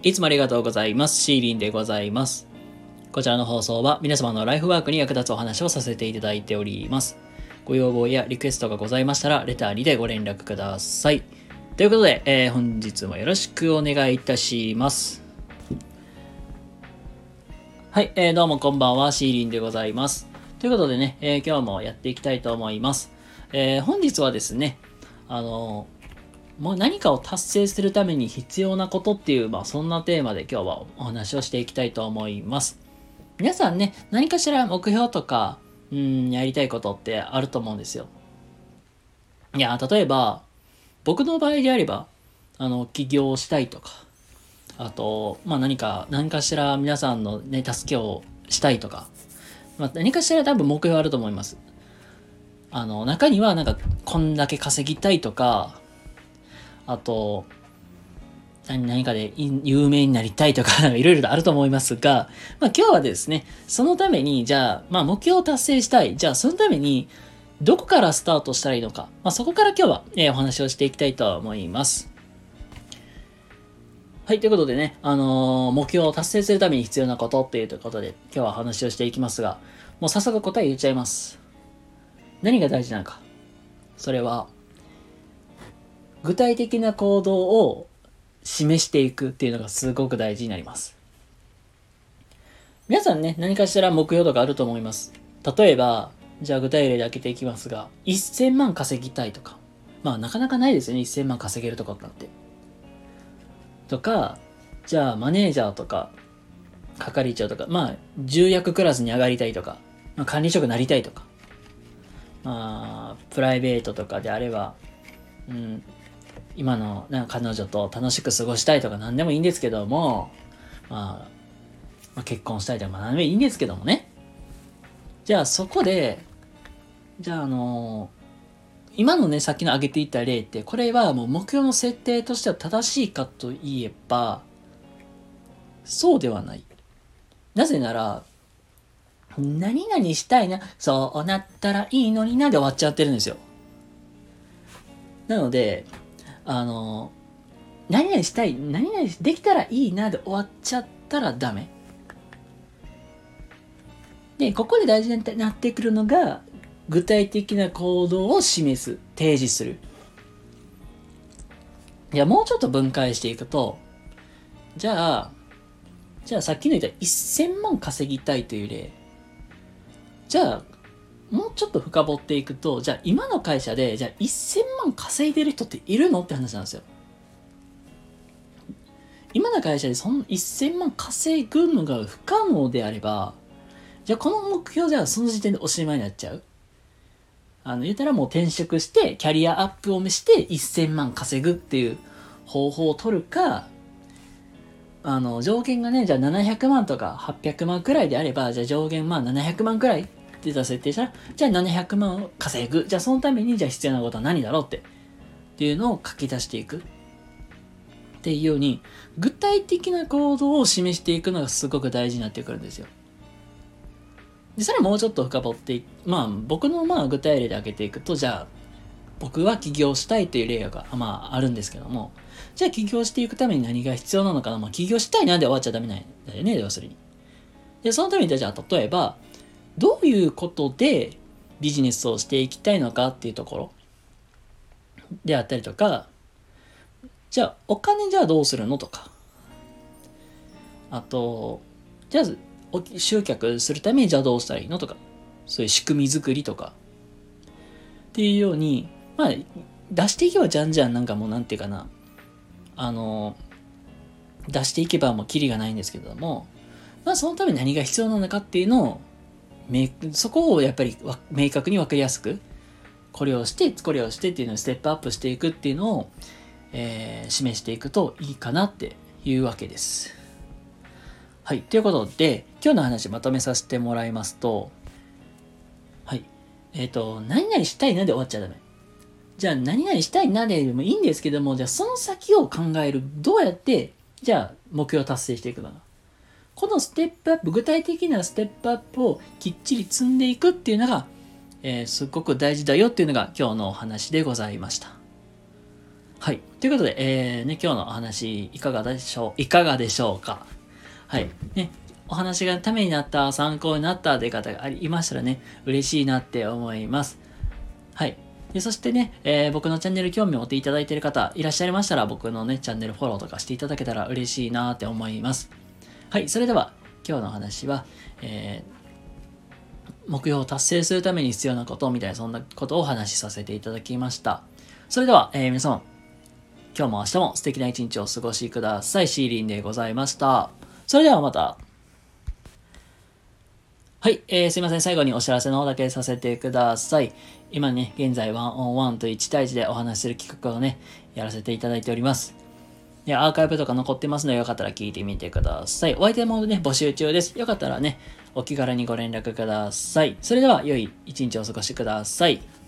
いつもありがとうございます。シーリンでございます。こちらの放送は皆様のライフワークに役立つお話をさせていただいております。ご要望やリクエストがございましたら、レターにてご連絡ください。ということで、本日もよろしくお願いいたします。はい、どうもこんばんは、シーリンでございます。ということでね、今日もやっていきたいと思います。本日はですね、もう何かを達成するために必要なことっていう、そんなテーマで今日はお話をしていきたいと思います。皆さんね、何かしら目標とか、やりたいことってあると思うんですよ。いや、例えば、僕の場合であれば、起業したいとか、あと、何かしら皆さんのね、助けをしたいとか、何かしら多分目標あると思います。中にはこんだけ稼ぎたいとか、あと、何かで有名になりたいとか、いろいろとあると思いますが、今日はですね、そのために、じゃあ、目標を達成したい。じゃあ、そのために、どこからスタートしたらいいのか。そこから今日は、お話をしていきたいと思います。はい、ということでね、目標を達成するために必要なことっていうことで、今日は話をしていきますが、もう早速答え言っちゃいます。何が大事なのか。それは、具体的な行動を示していくっていうのがすごく大事になります。皆さんね、何かしら目標とかあると思います。例えば、じゃあ具体例で開けていきますが、1000万稼ぎたいとか。なかなかないですよね、1000万稼げるとかなんて。とか、じゃあマネージャーとか、係長とか、重役クラスに上がりたいとか、管理職になりたいとか。プライベートとかであれば、今の彼女と楽しく過ごしたいとか何でもいいんですけども、結婚したいとか何でもいいんですけどもね。じゃあそこで、じゃあ今のね、さっきの挙げていた例って、これはもう目標の設定としては正しいかといえば、そうではない。なぜなら、何々したいな、そうなったらいいのになで終わっちゃってるんですよ。なので、何々したい、何々できたらいいなで終わっちゃったらダメ。で、ここで大事になってくるのが、具体的な行動を示す、提示する。いや、もうちょっと分解していくと、じゃあさっきの言った1000万稼ぎたいという例。じゃあ、もうちょっと深掘っていくと、じゃあ今の会社で、じゃあ1000万稼いでる人っているのって話なんですよ。今の会社でその1000万稼ぐのが不可能であれば、じゃあこの目標ではその時点でおしまいになっちゃう。言ったらもう転職してキャリアアップをして1000万稼ぐっていう方法を取るか、条件がね、じゃあ700万とか800万くらいであれば、じゃあ上限700万くらいって設定したら、じゃあ700万を稼ぐ。じゃあそのためにじゃあ必要なことは何だろうっていうのを書き出していく。っていうように、具体的な行動を示していくのがすごく大事になってくるんですよ。で、それもうちょっと深掘って僕の具体例で挙げていくと、じゃあ、僕は起業したいという例があるんですけども、じゃあ起業していくために何が必要なのかな。起業したいなで終わっちゃダメなんだよね、要するに。で、そのためにじゃあ例えば、どういうことでビジネスをしていきたいのかっていうところであったりとか、じゃあお金じゃあどうするのとか、あと、じゃあ集客するためにじゃあどうしたらいいのとか、そういう仕組み作りとかっていうように、出していけばじゃんじゃん出していけばもうキリがないんですけれども、そのために何が必要なのかっていうのを、そこをやっぱり明確に分かりやすく、これをしてっていうのをステップアップしていくっていうのを、示していくといいかなっていうわけです。はい。ということで、今日の話まとめさせてもらいますと、はい。何々したいなで終わっちゃダメ。じゃあ何々したいなでもいいんですけども、じゃあその先を考える。どうやって、じゃあ目標を達成していくのか。このステップアップ、具体的なステップアップをきっちり積んでいくっていうのが、すっごく大事だよっていうのが今日のお話でございました。 はい。ということで、今日のお話、いかがでしょうか。はい。ね、お話がためになった、参考になったという方がいましたらね、嬉しいなって思います。はい。でそしてね、僕のチャンネル興味を持っていただいている方いらっしゃいましたら、僕のね、チャンネルフォローとかしていただけたら嬉しいなって思います。はい。それでは、今日の話は、目標を達成するために必要なことみたいな、そんなことをお話しさせていただきました。それでは、皆様、今日も明日も素敵な一日をお過ごしください。シーリンでございました。それではまた。はい、すいません。最後にお知らせの方だけさせてください。今ね、現在1on1と1対1でお話しする企画をね、やらせていただいております。で、アーカイブとか残ってますので、よかったら聞いてみてください。お相手もね、募集中です。よかったらね、お気軽にご連絡ください。それでは、良い一日をお過ごしください。